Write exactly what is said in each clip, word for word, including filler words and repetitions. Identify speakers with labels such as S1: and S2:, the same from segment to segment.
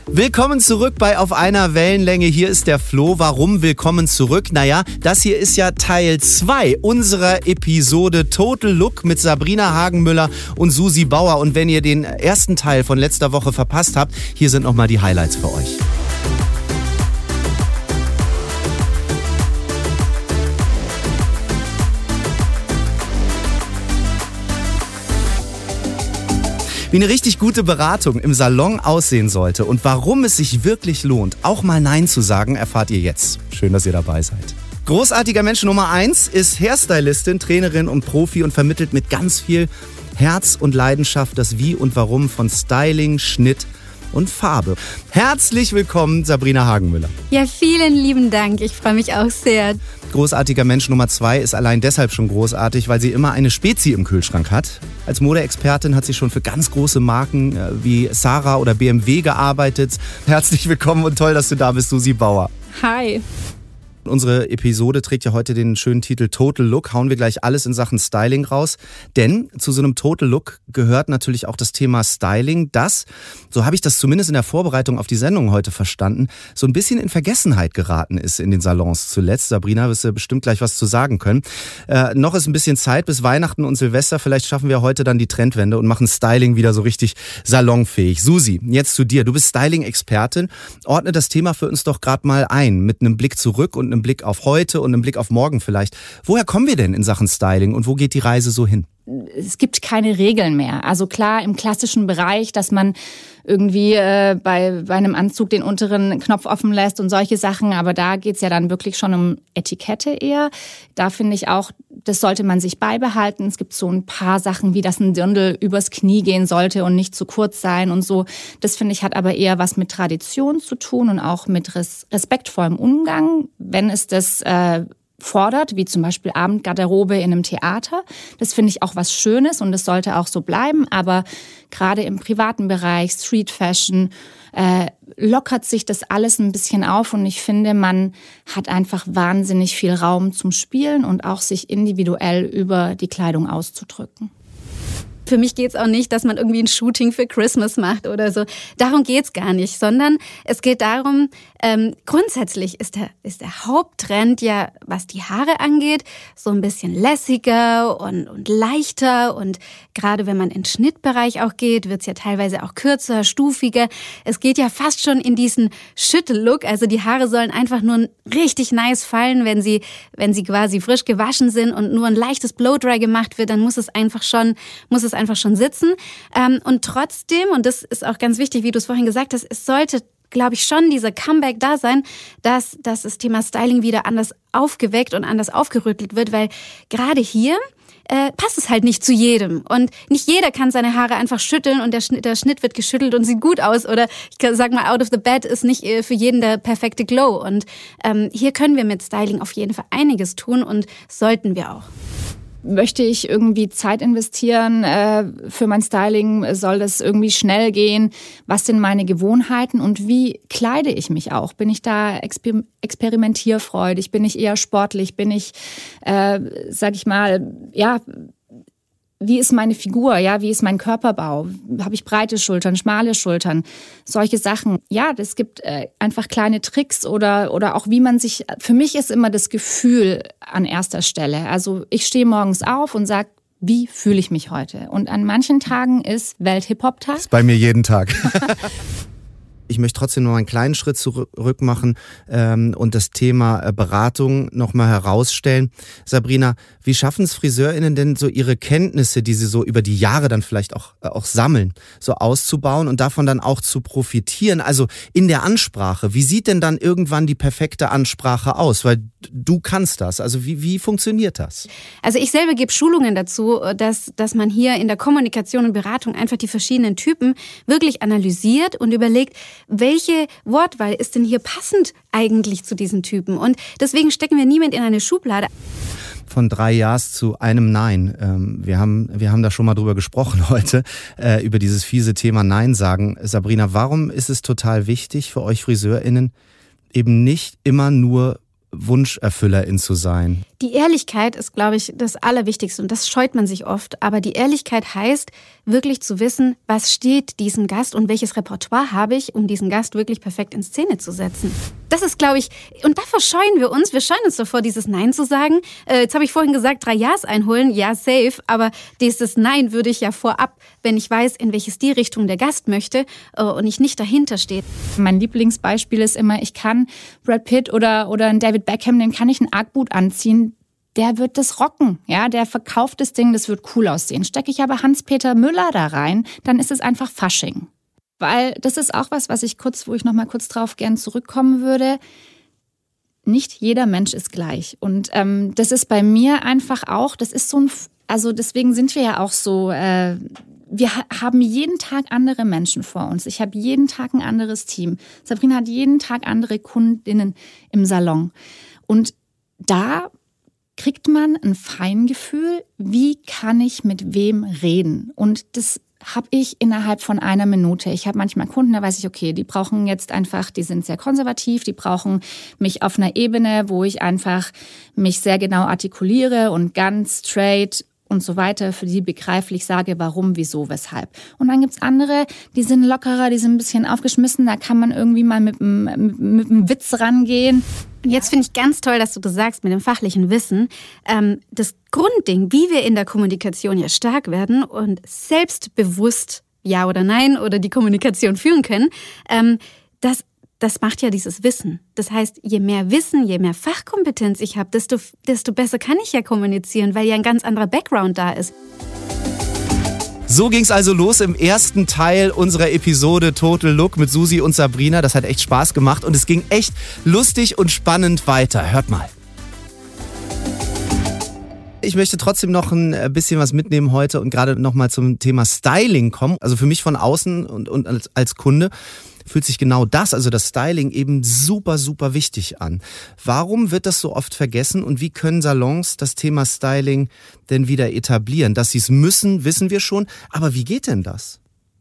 S1: Willkommen zurück bei Auf einer Wellenlänge. Hier ist der Flo. Warum willkommen zurück? Naja, das hier ist ja Teil zwei unserer Episode Total Look mit Sabrina Hagenmüller und Susi Bauer. Und wenn ihr den ersten Teil von letzter Woche verpasst habt, hier sind nochmal die Highlights für euch. Wie eine richtig gute Beratung im Salon aussehen sollte und warum es sich wirklich lohnt, auch mal Nein zu sagen, erfahrt ihr jetzt. Schön, dass ihr dabei seid. Großartiger Mensch Nummer eins ist Hairstylistin, Trainerin und Profi und vermittelt mit ganz viel Herz und Leidenschaft das Wie und Warum von Styling, Schnitt und Farbe. Herzlich willkommen, Sabrina Hagenmüller.
S2: Ja, vielen lieben Dank. Ich freue mich auch sehr.
S1: Großartiger Mensch Nummer zwei ist allein deshalb schon großartig, weil sie immer eine Spezi im Kühlschrank hat. Als Modeexpertin hat sie schon für ganz große Marken wie Zara oder B M W gearbeitet. Herzlich willkommen und toll, dass du da bist, Susi Bauer.
S2: Hi.
S1: Unsere Episode trägt ja heute den schönen Titel Total Look. Hauen wir gleich alles in Sachen Styling raus. Denn zu so einem Total Look gehört natürlich auch das Thema Styling, das, so habe ich das zumindest in der Vorbereitung auf die Sendung heute verstanden, so ein bisschen in Vergessenheit geraten ist in den Salons zuletzt. Sabrina, wirst du bestimmt gleich was zu sagen können. Äh, noch ist ein bisschen Zeit bis Weihnachten und Silvester. Vielleicht schaffen wir heute dann die Trendwende und machen Styling wieder so richtig salonfähig. Susi, jetzt zu dir. Du bist Styling-Expertin. Ordne das Thema für uns doch gerade mal ein, mit einem Blick zurück und einem Blick auf heute und einem Blick auf morgen vielleicht. Woher kommen wir denn in Sachen Styling und wo geht die Reise so hin?
S2: Es gibt keine Regeln mehr. Also klar im klassischen Bereich, dass man irgendwie äh, bei, bei einem Anzug den unteren Knopf offen lässt und solche Sachen. Aber da geht's ja dann wirklich schon um Etikette eher. Da finde ich auch, das sollte man sich beibehalten. Es gibt so ein paar Sachen, wie dass ein Dirndl übers Knie gehen sollte und nicht zu kurz sein und so. Das finde ich hat aber eher was mit Tradition zu tun und auch mit res- respektvollem Umgang, wenn es das äh, fordert, wie zum Beispiel Abendgarderobe in einem Theater. Das finde ich auch was Schönes und das sollte auch so bleiben. Aber gerade im privaten Bereich, Street Fashion, äh, lockert sich das alles ein bisschen auf und ich finde, man hat einfach wahnsinnig viel Raum zum Spielen und auch sich individuell über die Kleidung auszudrücken. Für mich geht's auch nicht, dass man irgendwie ein Shooting für Christmas macht oder so. Darum geht's gar nicht, sondern es geht darum, ähm, grundsätzlich ist der, ist der Haupttrend ja, was die Haare angeht, so ein bisschen lässiger und, und leichter und gerade wenn man in den Schnittbereich auch geht, wird's ja teilweise auch kürzer, stufiger. Es geht ja fast schon in diesen Schüttellook, also die Haare sollen einfach nur richtig nice fallen, wenn sie, wenn sie quasi frisch gewaschen sind und nur ein leichtes Blowdry gemacht wird, dann muss es einfach schon, muss es einfach schon sitzen. Und trotzdem, und das ist auch ganz wichtig, wie du es vorhin gesagt hast, es sollte, glaube ich, schon dieser Comeback da sein, dass, dass das Thema Styling wieder anders aufgeweckt und anders aufgerüttelt wird, weil gerade hier äh, passt es halt nicht zu jedem. Und nicht jeder kann seine Haare einfach schütteln und der Schnitt, der Schnitt wird geschüttelt und sieht gut aus. Oder ich sag mal, out of the bed ist nicht für jeden der perfekte Glow. Und ähm, hier können wir mit Styling auf jeden Fall einiges tun und sollten wir auch. Möchte ich irgendwie Zeit investieren äh, für mein Styling? Soll das irgendwie schnell gehen? Was sind meine Gewohnheiten und wie kleide ich mich auch? Bin ich da exper- experimentierfreudig? Bin ich eher sportlich? Bin ich, äh, sag ich mal, ja, wie ist meine Figur? Ja, wie ist mein Körperbau? Habe ich breite Schultern, schmale Schultern? Solche Sachen. Ja, es gibt äh, einfach kleine Tricks oder oder auch wie man sich. Für mich ist immer das Gefühl an erster Stelle. Also ich stehe morgens auf und sage, wie fühle ich mich heute? Und an manchen Tagen ist Welt-Hip-Hop-Tag.
S1: Das ist bei mir jeden Tag. Ich möchte trotzdem noch einen kleinen Schritt zurück machen ähm, und das Thema Beratung nochmal herausstellen. Sabrina, wie schaffen es FriseurInnen denn so ihre Kenntnisse, die sie so über die Jahre dann vielleicht auch, äh, auch sammeln, so auszubauen und davon dann auch zu profitieren? Also in der Ansprache, wie sieht denn dann irgendwann die perfekte Ansprache aus? Weil du kannst das. Also wie, wie funktioniert das?
S2: Also ich selber gebe Schulungen dazu, dass, dass man hier in der Kommunikation und Beratung einfach die verschiedenen Typen wirklich analysiert und überlegt, welche Wortwahl ist denn hier passend eigentlich zu diesen Typen? Und deswegen stecken wir niemand in eine Schublade.
S1: Von drei Ja's zu einem Nein. Wir haben, wir haben da schon mal drüber gesprochen heute, über dieses fiese Thema Nein sagen. Sabrina, warum ist es total wichtig für euch FriseurInnen, eben nicht immer nur Wunscherfüllerin zu sein?
S3: Die Ehrlichkeit ist, glaube ich, das Allerwichtigste und das scheut man sich oft. Aber die Ehrlichkeit heißt, wirklich zu wissen, was steht diesem Gast und welches Repertoire habe ich, um diesen Gast wirklich perfekt in Szene zu setzen. Das ist, glaube ich, und davor scheuen wir uns. Wir scheuen uns davor, dieses Nein zu sagen. Äh, jetzt habe ich vorhin gesagt, drei Ja's einholen, ja, safe. Aber dieses Nein würde ich ja vorab, wenn ich weiß, in welche Stilrichtung der Gast möchte äh, und ich nicht dahinter stehe.
S2: Mein Lieblingsbeispiel ist immer, ich kann Brad Pitt oder, oder einen David Beckham, den kann ich einen Argboot anziehen. Der wird das rocken, ja, der verkauft das Ding, das wird cool aussehen. Stecke ich aber Hans-Peter Müller da rein, dann ist es einfach Fasching. Weil das ist auch was, was ich kurz, wo ich noch mal kurz drauf gern zurückkommen würde. Nicht jeder Mensch ist gleich. Und ähm, das ist bei mir einfach auch, das ist so ein, also deswegen sind wir ja auch so, äh, wir ha- haben jeden Tag andere Menschen vor uns. Ich habe jeden Tag ein anderes Team. Sabrina hat jeden Tag andere Kundinnen im Salon. Und da kriegt man ein Feingefühl, wie kann ich mit wem reden. Und das habe ich innerhalb von einer Minute. Ich habe manchmal Kunden, da weiß ich, okay, die brauchen jetzt einfach, die sind sehr konservativ, die brauchen mich auf einer Ebene, wo ich einfach mich sehr genau artikuliere und ganz straight und so weiter, für die begreiflich sage, warum, wieso, weshalb. Und dann gibt's andere, die sind lockerer, die sind ein bisschen aufgeschmissen, da kann man irgendwie mal mit einem mit einem Witz rangehen.
S3: Und jetzt finde ich ganz toll, dass du das sagst mit dem fachlichen Wissen. Ähm, das Grundding, wie wir in der Kommunikation ja stark werden und selbstbewusst Ja oder Nein oder die Kommunikation führen können, ähm, das Das macht ja dieses Wissen. Das heißt, je mehr Wissen, je mehr Fachkompetenz ich habe, desto, desto besser kann ich ja kommunizieren, weil ja ein ganz anderer Background da ist.
S1: So ging's also los im ersten Teil unserer Episode Total Look mit Susi und Sabrina. Das hat echt Spaß gemacht und es ging echt lustig und spannend weiter. Hört mal. Ich möchte trotzdem noch ein bisschen was mitnehmen heute und gerade nochmal zum Thema Styling kommen. Also für mich von außen und, und als, als Kunde fühlt sich genau das, also das Styling, eben super, super wichtig an. Warum wird das so oft vergessen und wie können Salons das Thema Styling denn wieder etablieren? Dass sie es müssen, wissen wir schon, aber wie geht denn das?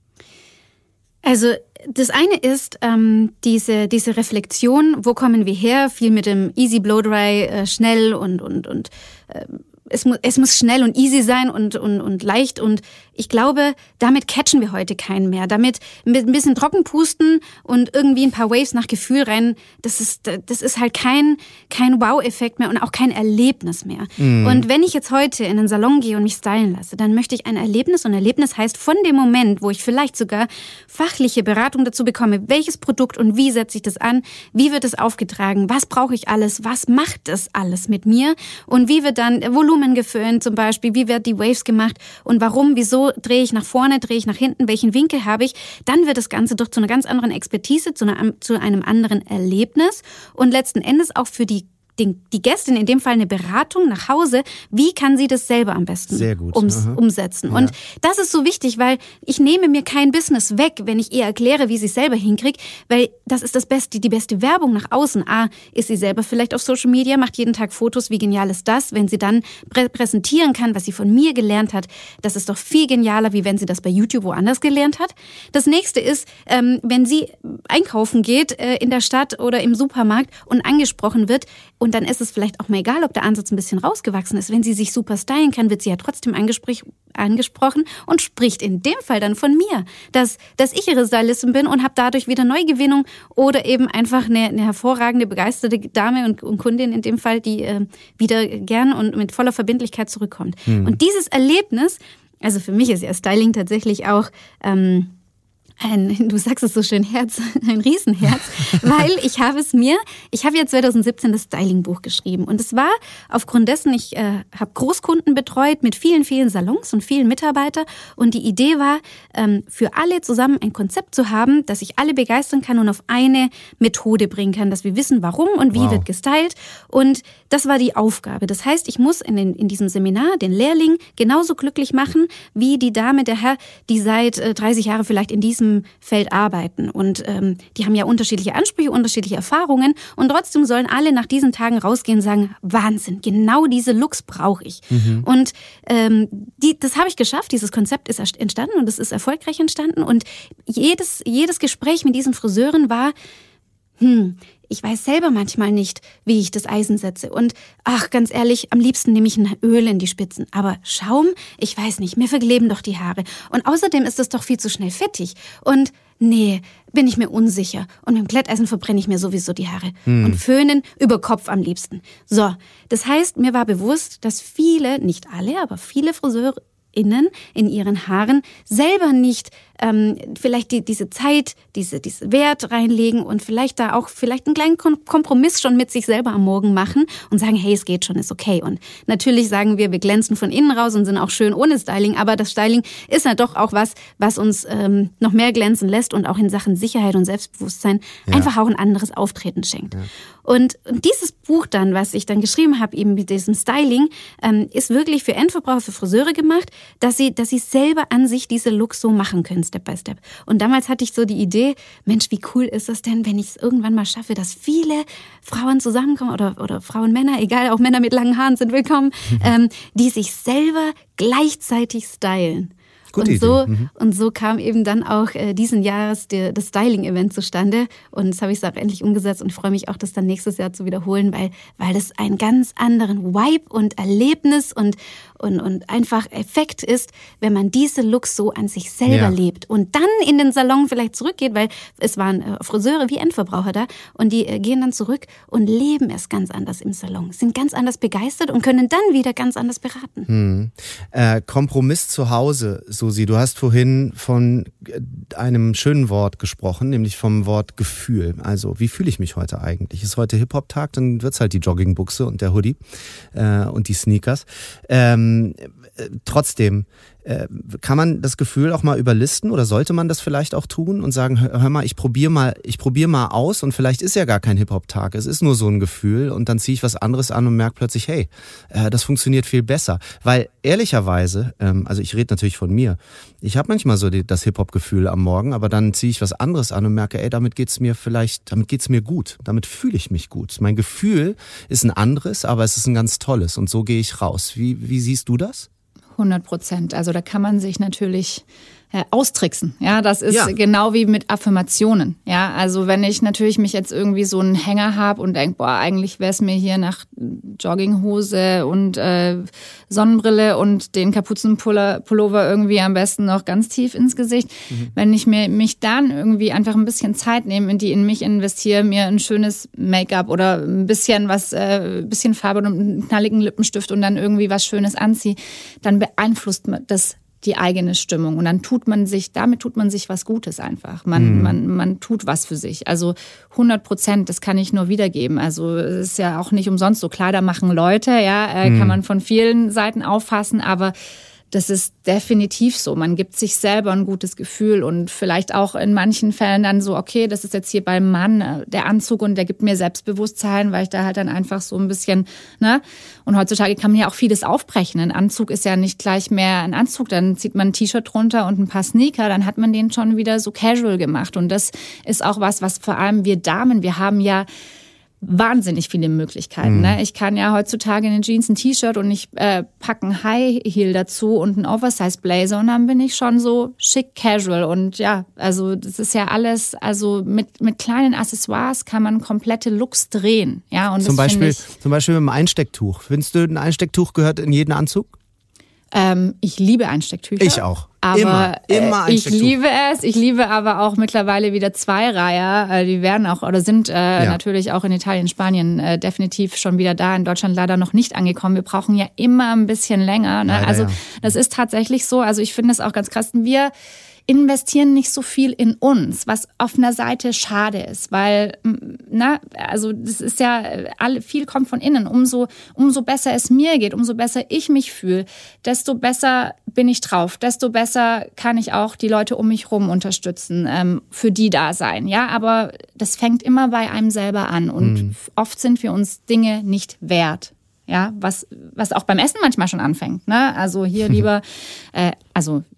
S3: Also das eine ist ähm, diese diese Reflexion, wo kommen wir her? Viel mit dem Easy Blow-Dry, äh, schnell und und und äh, es muss es muss schnell und easy sein und und und leicht und ich glaube, damit catchen wir heute keinen mehr. Damit mit ein bisschen trocken pusten und irgendwie ein paar Waves nach Gefühl rein, das ist das ist halt kein kein Wow-Effekt mehr und auch kein Erlebnis mehr. Mhm. Und wenn ich jetzt heute in einen Salon gehe und mich stylen lasse, dann möchte ich ein Erlebnis und Erlebnis heißt von dem Moment, wo ich vielleicht sogar fachliche Beratung dazu bekomme, welches Produkt und wie setze ich das an, wie wird es aufgetragen, was brauche ich alles, was macht das alles mit mir und wie wird dann Volumen geföhnt zum Beispiel, wie werden die Waves gemacht und warum, wieso drehe ich nach vorne, drehe ich nach hinten, welchen Winkel habe ich, dann wird das Ganze doch zu einer ganz anderen Expertise, zu, einer, zu einem anderen Erlebnis und letzten Endes auch für die die Gästin, in dem Fall eine Beratung nach Hause, wie kann sie das selber am besten
S1: Sehr gut.
S3: ums, umsetzen. Und ja. das ist so wichtig, weil ich nehme mir kein Business weg, wenn ich ihr erkläre, wie sie es selber hinkriegt, weil das ist das Beste, die beste Werbung nach außen. A, ist sie selber vielleicht auf Social Media, macht jeden Tag Fotos, wie genial ist das, wenn sie dann prä- präsentieren kann, was sie von mir gelernt hat, das ist doch viel genialer, wie wenn sie das bei YouTube woanders gelernt hat. Das nächste ist, ähm, wenn sie einkaufen geht äh, in der Stadt oder im Supermarkt und angesprochen wird, und dann ist es vielleicht auch mal egal, ob der Ansatz ein bisschen rausgewachsen ist. Wenn sie sich super stylen kann, wird sie ja trotzdem angespr- angesprochen und spricht in dem Fall dann von mir, dass, dass ich ihre Stylistin bin und habe dadurch wieder Neugewinnung oder eben einfach eine, eine hervorragende, begeisterte Dame und, und Kundin in dem Fall, die äh, wieder gern und mit voller Verbindlichkeit zurückkommt. Mhm. Und dieses Erlebnis, also für mich ist ja Styling tatsächlich auch... Ähm, Ein, du sagst es so schön, Herz, ein Riesenherz, weil ich habe es mir, ich habe ja zwanzig siebzehn das Styling-Buch geschrieben und es war aufgrund dessen, ich äh, habe Großkunden betreut mit vielen, vielen Salons und vielen Mitarbeitern und die Idee war, ähm, für alle zusammen ein Konzept zu haben, dass ich alle begeistern kann und auf eine Methode bringen kann, dass wir wissen, warum und wie wow. wird gestylt und das war die Aufgabe. Das heißt, ich muss in, den, in diesem Seminar den Lehrling genauso glücklich machen, wie die Dame, der Herr, die seit äh, dreißig Jahren vielleicht in diesem Feld arbeiten. Und ähm, die haben ja unterschiedliche Ansprüche, unterschiedliche Erfahrungen und trotzdem sollen alle nach diesen Tagen rausgehen und sagen, Wahnsinn, genau diese Looks brauche ich. Mhm. Und ähm, die, das habe ich geschafft, dieses Konzept ist entstanden und es ist erfolgreich entstanden und jedes, jedes Gespräch mit diesen Friseuren war hm, ich weiß selber manchmal nicht, wie ich das Eisen setze. Und ach, ganz ehrlich, am liebsten nehme ich ein Öl in die Spitzen. Aber Schaum, ich weiß nicht, mir verkleben doch die Haare. Und außerdem ist es doch viel zu schnell fettig. Und nee, bin ich mir unsicher. Und mit dem Glätteisen verbrenne ich mir sowieso die Haare. Hm. Und föhnen über Kopf am liebsten. So, das heißt, mir war bewusst, dass viele, nicht alle, aber viele Friseure innen in ihren Haaren selber nicht ähm, vielleicht die, diese Zeit, diese, diese Wert reinlegen und vielleicht da auch vielleicht einen kleinen Kompromiss schon mit sich selber am Morgen machen und sagen, hey, es geht schon, ist okay. Und natürlich sagen wir, wir glänzen von innen raus und sind auch schön ohne Styling, aber das Styling ist ja doch auch was, was uns ähm, noch mehr glänzen lässt und auch in Sachen Sicherheit und Selbstbewusstsein ja. einfach auch ein anderes Auftreten schenkt. Ja. Und, und dieses Buch dann, was ich dann geschrieben habe, eben mit diesem Styling, ähm, ist wirklich für Endverbraucher, für Friseure gemacht, dass sie, dass sie selber an sich diese Looks so machen können, Step by Step. Und damals hatte ich so die Idee, Mensch, wie cool ist das denn, wenn ich es irgendwann mal schaffe, dass viele Frauen zusammenkommen oder, oder Frauen, Männer, egal, auch Männer mit langen Haaren sind willkommen, mhm. ähm, die sich selber gleichzeitig stylen.
S1: Gute
S3: und so
S1: Idee. Mhm.
S3: und so kam eben dann auch äh, diesen Jahres der, das Styling-Event zustande und das habe ich auch endlich umgesetzt und ich freue mich auch, das dann nächstes Jahr zu wiederholen, weil weil das einen ganz anderen Vibe und Erlebnis und und und einfach Effekt ist, wenn man diese Looks so an sich selber ja. lebt und dann in den Salon vielleicht zurückgeht, weil es waren äh, Friseure wie Endverbraucher da und die äh, gehen dann zurück und leben es ganz anders im Salon, sind ganz anders begeistert und können dann wieder ganz anders beraten.
S1: Hm. Äh, Kompromiss zu Hause. Susi, du hast vorhin von einem schönen Wort gesprochen, nämlich vom Wort Gefühl. Also, wie fühle ich mich heute eigentlich? Ist heute Hip-Hop-Tag, dann wird's halt die Joggingbuchse und der Hoodie äh, und die Sneakers. Ähm, äh, trotzdem, äh, kann man das Gefühl auch mal überlisten oder sollte man das vielleicht auch tun und sagen, hör, hör mal, ich probiere mal, ich probiere mal aus und vielleicht ist ja gar kein Hip-Hop-Tag, es ist nur so ein Gefühl und dann ziehe ich was anderes an und merke plötzlich, hey, äh, das funktioniert viel besser. Weil ehrlicherweise, ähm, also ich rede natürlich von mir, ich habe manchmal so die, das Hip-Hop-Gefühl am Morgen, aber dann ziehe ich was anderes an und merke, ey, damit geht's mir vielleicht, damit geht's mir gut, damit fühle ich mich gut. Mein Gefühl ist ein anderes, aber es ist ein ganz tolles und so gehe ich raus. Wie, wie siehst du das?
S2: hundert Prozent. Also da kann man sich natürlich äh, austricksen. Ja, das ist
S1: ja.
S2: genau wie mit Affirmationen. Ja, also wenn ich natürlich mich jetzt irgendwie so einen Hänger habe und denke, boah, eigentlich wäre es mir hier nach Jogginghose und äh, Sonnenbrille und den Kapuzenpullover irgendwie am besten noch ganz tief ins Gesicht. Mhm. Wenn ich mir mich dann irgendwie einfach ein bisschen Zeit nehme, in die in mich investiere, mir ein schönes Make-up oder ein bisschen was, äh, ein bisschen Farbe und einen knalligen Lippenstift und dann irgendwie was Schönes anziehe, dann beeinflusst das die eigene Stimmung. Und dann tut man sich, damit tut man sich was Gutes einfach. Man, mhm. man, man tut was für sich. Also hundert Prozent, das kann ich nur wiedergeben. Also es ist ja auch nicht umsonst so. Kleider machen Leute, ja, äh, mhm. kann man von vielen Seiten auffassen, aber das ist definitiv so. Man gibt sich selber ein gutes Gefühl und vielleicht auch in manchen Fällen dann so, okay, das ist jetzt hier beim Mann der Anzug und der gibt mir Selbstbewusstsein, weil ich da halt dann einfach so ein bisschen, ne? Und heutzutage kann man ja auch vieles aufbrechen. Ein Anzug ist ja nicht gleich mehr ein Anzug, dann zieht man ein T-Shirt drunter und ein paar Sneaker, dann hat man den schon wieder so casual gemacht. Und das ist auch was, was vor allem wir Damen, wir haben ja wahnsinnig viele Möglichkeiten. Mhm. Ne? Ich kann ja heutzutage in den Jeans ein T-Shirt und ich äh, packe ein High Heel dazu und ein Oversize Blazer und dann bin ich schon so schick casual. Und ja, also das ist ja alles, also mit mit kleinen Accessoires kann man komplette Looks drehen. Ja, und
S1: zum
S2: das
S1: Beispiel,
S2: ich,
S1: zum Beispiel mit einem Einstecktuch. Findest du, ein Einstecktuch gehört in jeden Anzug?
S2: Ähm, ich liebe Einstecktücher.
S1: Ich auch.
S2: Aber
S1: immer, immer
S2: äh, ich liebe es. Ich liebe aber auch mittlerweile wieder Zweireiher. Äh, die werden auch oder sind äh, ja. natürlich auch in Italien, Spanien äh, definitiv schon wieder da. In Deutschland leider noch nicht angekommen. Wir brauchen ja immer ein bisschen länger. Ne?
S1: Leider,
S2: also
S1: ja.
S2: das ist tatsächlich so. Also ich finde es auch ganz krass. Wir investieren nicht so viel in uns, was auf einer Seite schade ist, weil, na, also das ist ja, alle, viel kommt von innen. Umso, umso besser es mir geht, umso besser ich mich fühle, desto besser bin ich drauf, desto besser kann ich auch die Leute um mich herum unterstützen, ähm, für die da sein. Ja, aber das fängt immer bei einem selber an und mhm. oft sind wir uns Dinge nicht wert. Ja, was, was auch beim Essen manchmal schon anfängt. Ne? Also hier lieber, äh, also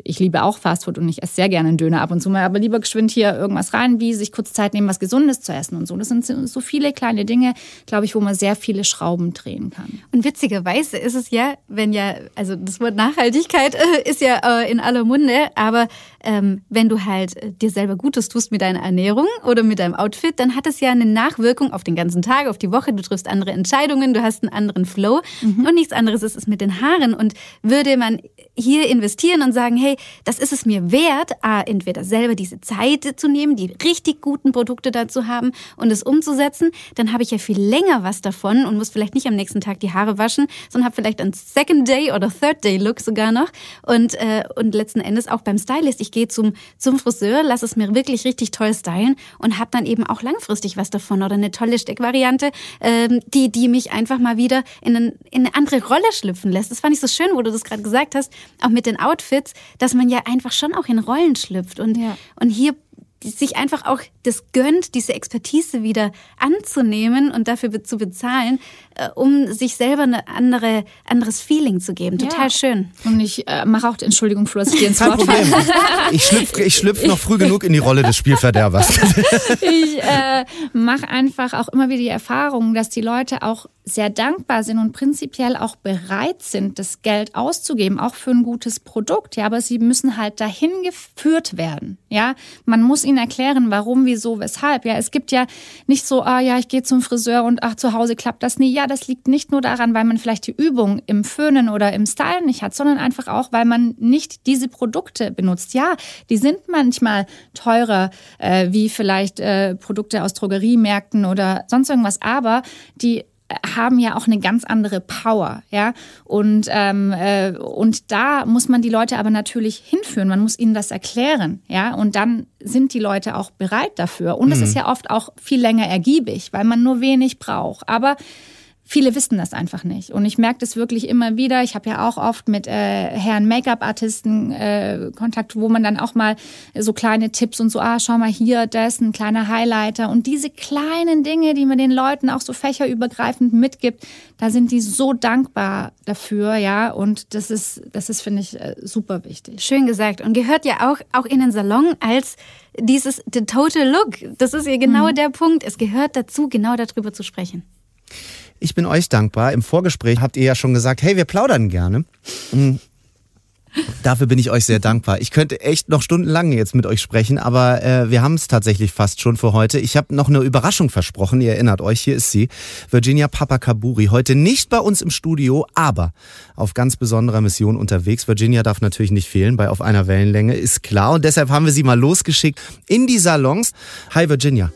S2: ich liebe auch Fastfood und ich esse sehr gerne einen Döner ab und zu mal, aber lieber geschwind hier irgendwas rein, wie sich kurz Zeit nehmen, was Gesundes zu essen und so. Das sind so viele kleine Dinge, glaube ich, wo man sehr viele Schrauben drehen kann.
S3: Und witzigerweise ist es ja, wenn ja, also das Wort Nachhaltigkeit äh, ist ja äh, in aller Munde, aber ähm, wenn du halt äh, dir selber Gutes tust mit deiner Ernährung oder mit deinem Outfit, dann hat es ja eine Nachwirkung auf den ganzen Tag, auf die Woche. Du triffst andere Entscheidungen, du hast einen anderen Flow mhm. und nichts anderes ist es mit den Haaren. Und würde man hier investieren und sagen, hey, das ist es mir wert, A, entweder selber diese Zeit zu nehmen, die richtig guten Produkte dazu haben und es umzusetzen, dann habe ich ja viel länger was davon und muss vielleicht nicht am nächsten Tag die Haare waschen, sondern habe vielleicht einen Second Day oder Third Day Look sogar noch und, äh, und letzten Endes auch beim Stylist. Ich gehe zum, zum Friseur, lasse es mir wirklich richtig toll stylen und habe dann eben auch langfristig was davon oder eine tolle Steckvariante, ähm, die, die mich einfach mal wieder in, ein, in eine andere Rolle schlüpfen lässt. Das fand ich so schön, wo du das gerade gesagt hast, auch mit den Outfits, dass man ja einfach schon auch in Rollen schlüpft und, ja. und hier sich einfach auch das gönnt, diese Expertise wieder anzunehmen und dafür zu bezahlen, äh, um sich selber ein andere, anderes Feeling zu geben. Total ja. schön.
S2: Und ich äh, mache auch, Entschuldigung, Flo, dass ich dir ins Wort falle.
S1: Ich schlüpfe ich schlüpf noch früh genug in die Rolle des Spielverderbers.
S2: Ich äh, mache einfach auch immer wieder die Erfahrung, dass die Leute auch sehr dankbar sind und prinzipiell auch bereit sind, das Geld auszugeben, auch für ein gutes Produkt. Ja, aber sie müssen halt dahin geführt werden. Ja, man muss ihnen erklären, warum, wieso, weshalb. Ja, es gibt ja nicht so, ah ja, ich gehe zum Friseur und ach, zu Hause klappt das nie. Ja, das liegt nicht nur daran, weil man vielleicht die Übung im Föhnen oder im Stylen nicht hat, sondern einfach auch, weil man nicht diese Produkte benutzt. Ja, die sind manchmal teurer, äh, wie vielleicht äh, Produkte aus Drogeriemärkten oder sonst irgendwas, aber die haben ja auch eine ganz andere Power, ja, und ähm, äh, und da muss man die Leute aber natürlich hinführen, man muss ihnen das erklären, ja, und dann sind die Leute auch bereit dafür und es mhm. ist ja oft auch viel länger ergiebig, weil man nur wenig braucht, aber viele wissen das einfach nicht. Und ich merke das wirklich immer wieder. Ich habe ja auch oft mit äh, Herren Make-up-Artisten äh, Kontakt, wo man dann auch mal so kleine Tipps und so, ah, schau mal hier, das, ein kleiner Highlighter. Und diese kleinen Dinge, die man den Leuten auch so fächerübergreifend mitgibt, da sind die so dankbar dafür, ja. Und das ist, das ist, finde ich, super wichtig.
S3: Schön gesagt. Und gehört ja auch, auch in den Salon als dieses The Total Look. Das ist ja genau mhm. der Punkt. Es gehört dazu, genau darüber zu sprechen.
S1: Ich bin euch dankbar. Im Vorgespräch habt ihr ja schon gesagt, hey, wir plaudern gerne. Mhm. Dafür bin ich euch sehr dankbar. Ich könnte echt noch stundenlang jetzt mit euch sprechen, aber äh, wir haben es tatsächlich fast schon für heute. Ich habe noch eine Überraschung versprochen. Ihr erinnert euch, hier ist sie. Virginia Papakaburi. Heute nicht bei uns im Studio, aber auf ganz besonderer Mission unterwegs. Virginia darf natürlich nicht fehlen bei Auf einer Wellenlänge, ist klar. Und deshalb haben wir sie mal losgeschickt in die Salons. Hi Virginia.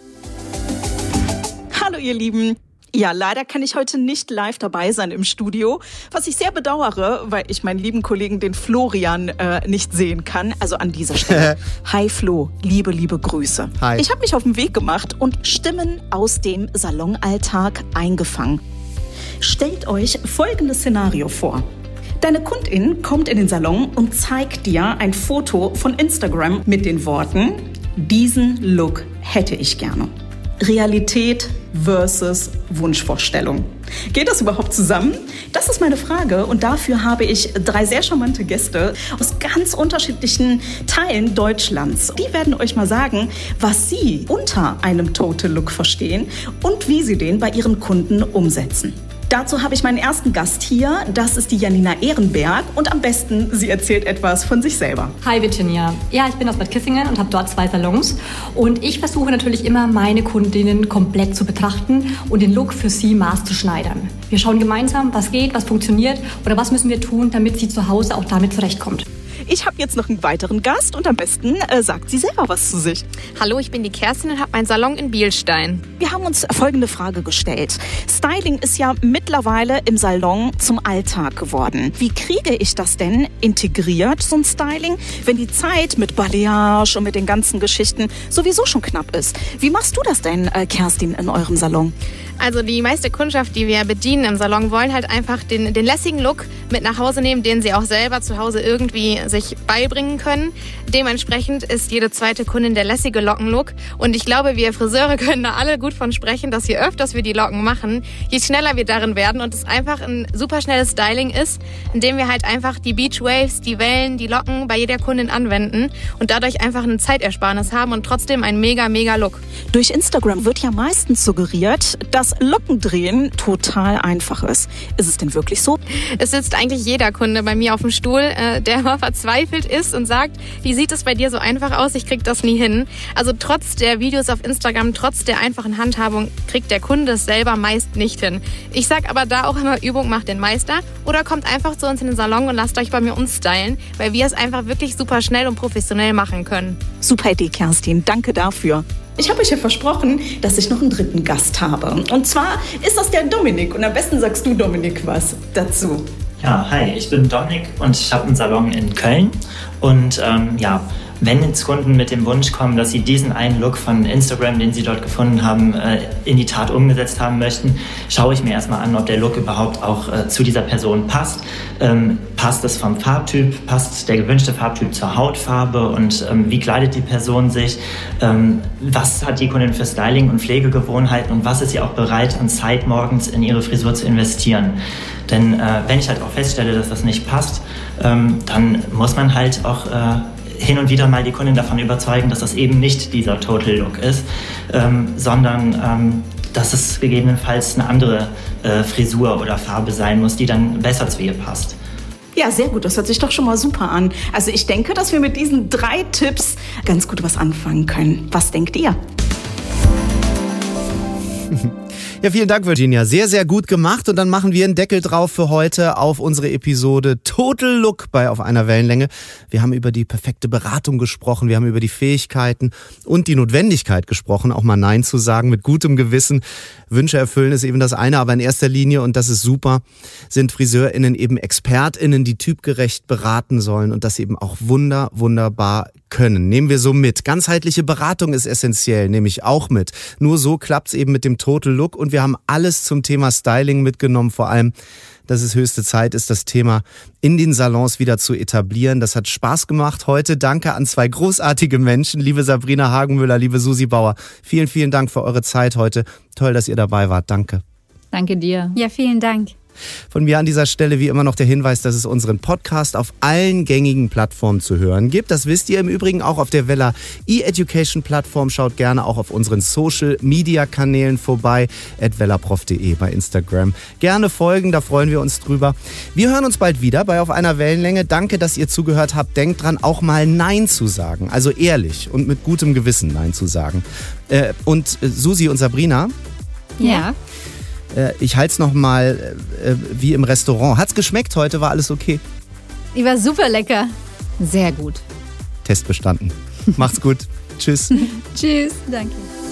S4: Hallo ihr Lieben. Ja, leider kann ich heute nicht live dabei sein im Studio, was ich sehr bedauere, weil ich meinen lieben Kollegen, den Florian, äh, nicht sehen kann. Also an dieser Stelle. Hi Flo, liebe, liebe Grüße.
S1: Hi.
S4: Ich habe mich auf den Weg gemacht und Stimmen aus dem Salonalltag eingefangen. Stellt euch folgendes Szenario vor. Deine Kundin kommt in den Salon und zeigt dir ein Foto von Instagram mit den Worten, diesen Look hätte ich gerne. Realität versus Wunschvorstellung. Geht das überhaupt zusammen? Das ist meine Frage und dafür habe ich drei sehr charmante Gäste aus ganz unterschiedlichen Teilen Deutschlands. Die werden euch mal sagen, was sie unter einem Total Look verstehen und wie sie den bei ihren Kunden umsetzen. Dazu habe ich meinen ersten Gast hier, das ist die Janina Ehrenberg und am besten, sie erzählt etwas von sich selber.
S5: Hi Virginia, ja, ich bin aus Bad Kissingen und habe dort zwei Salons und ich versuche natürlich immer meine Kundinnen komplett zu betrachten und den Look für sie maßzuschneidern. Wir schauen gemeinsam, was geht, was funktioniert oder was müssen wir tun, damit sie zu Hause auch damit zurechtkommt.
S4: Ich habe jetzt noch einen weiteren Gast und am besten äh, sagt sie selber was zu sich.
S6: Hallo, ich bin die Kerstin und habe meinen Salon in Bielstein.
S4: Wir haben uns folgende Frage gestellt. Styling ist ja mittlerweile im Salon zum Alltag geworden. Wie kriege ich das denn integriert, so ein Styling, wenn die Zeit mit Balayage und mit den ganzen Geschichten sowieso schon knapp ist? Wie machst du das denn, äh, Kerstin, in eurem Salon?
S6: Also die meiste Kundschaft, die wir bedienen im Salon, wollen halt einfach den, den lässigen Look mit nach Hause nehmen, den sie auch selber zu Hause irgendwie sich beibringen können. Dementsprechend ist jede zweite Kundin der lässige Lockenlook. Und ich glaube, wir Friseure können da alle gut von sprechen, dass je öfters wir die Locken machen, je schneller wir darin werden und es einfach ein super schnelles Styling ist, indem wir halt einfach die Beach Waves, die Wellen, die Locken bei jeder Kundin anwenden und dadurch einfach eine Zeitersparnis haben und trotzdem ein mega, mega Look.
S4: Durch Instagram wird ja meistens suggeriert, dass Lockendrehen total einfach ist. Ist es denn wirklich so?
S6: Es sitzt eigentlich jeder Kunde bei mir auf dem Stuhl, äh, der mal verzweifelt ist und sagt, wie sieht es bei dir so einfach aus? Ich krieg das nie hin. Also trotz der Videos auf Instagram, trotz der einfachen Handhabung, kriegt der Kunde es selber meist nicht hin. Ich sag aber da auch immer, Übung macht den Meister oder kommt einfach zu uns in den Salon und lasst euch bei mir umstylen, weil wir es einfach wirklich super schnell und professionell machen können.
S4: Super Idee, Kerstin. Danke dafür. Ich habe euch ja versprochen, dass ich noch einen dritten Gast habe. Und zwar ist das der Dominik. Und am besten sagst du, Dominik, was dazu.
S7: Ja, hi, ich bin Dominik und ich habe einen Salon in Köln. Und ähm, ja, wenn jetzt Kunden mit dem Wunsch kommen, dass sie diesen einen Look von Instagram, den sie dort gefunden haben, äh, in die Tat umgesetzt haben möchten, schaue ich mir erstmal an, ob der Look überhaupt auch äh, zu dieser Person passt. Ähm, passt es vom Farbtyp, passt der gewünschte Farbtyp zur Hautfarbe und ähm, wie kleidet die Person sich, ähm, was hat die Kundin für Styling- und Pflegegewohnheiten und was ist sie auch bereit, an Zeit morgens in ihre Frisur zu investieren. Denn äh, wenn ich halt auch feststelle, dass das nicht passt, ähm, dann muss man halt auch äh, hin und wieder mal die Kundin davon überzeugen, dass das eben nicht dieser Total Look ist, ähm, sondern ähm, dass es gegebenenfalls eine andere äh, Frisur oder Farbe sein muss, die dann besser zu ihr passt.
S4: Ja, sehr gut. Das hört sich doch schon mal super an. Also ich denke, dass wir mit diesen drei Tipps ganz gut was anfangen können. Was denkt ihr?
S1: Ja, vielen Dank, Virginia. Sehr, sehr gut gemacht. Und dann machen wir einen Deckel drauf für heute auf unsere Episode Total Look bei Auf einer Wellenlänge. Wir haben über die perfekte Beratung gesprochen. Wir haben über die Fähigkeiten und die Notwendigkeit gesprochen, auch mal Nein zu sagen mit gutem Gewissen. Wünsche erfüllen ist eben das eine, aber in erster Linie, und das ist super, sind FriseurInnen eben ExpertInnen, die typgerecht beraten sollen und das eben auch wunder, wunderbar können. Nehmen wir so mit. Ganzheitliche Beratung ist essentiell, nehme ich auch mit. Nur so klappt's eben mit dem Total Look und wir haben alles zum Thema Styling mitgenommen, vor allem, dass es höchste Zeit ist, das Thema in den Salons wieder zu etablieren. Das hat Spaß gemacht heute. Danke an zwei großartige Menschen, liebe Sabrina Hagenmüller, liebe Susi Bauer. Vielen, vielen Dank für eure Zeit heute. Toll, dass ihr dabei wart. Danke.
S2: Danke dir.
S3: Ja, vielen Dank.
S1: Von mir an dieser Stelle wie immer noch der Hinweis, dass es unseren Podcast auf allen gängigen Plattformen zu hören gibt. Das wisst ihr im Übrigen auch auf der Wella E-Education-Plattform. Schaut gerne auch auf unseren Social-Media-Kanälen vorbei, at wellaprof punkt de bei Instagram. Gerne folgen, da freuen wir uns drüber. Wir hören uns bald wieder bei Auf einer Wellenlänge. Danke, dass ihr zugehört habt. Denkt dran, auch mal Nein zu sagen. Also ehrlich und mit gutem Gewissen Nein zu sagen. Äh, und äh, Susi und Sabrina?
S2: Ja.
S1: Ich halte es nochmal äh, wie im Restaurant. Hat's geschmeckt heute? War alles okay?
S3: Die war super lecker.
S2: Sehr gut.
S1: Test bestanden. Macht's gut. Tschüss.
S3: Tschüss. Danke.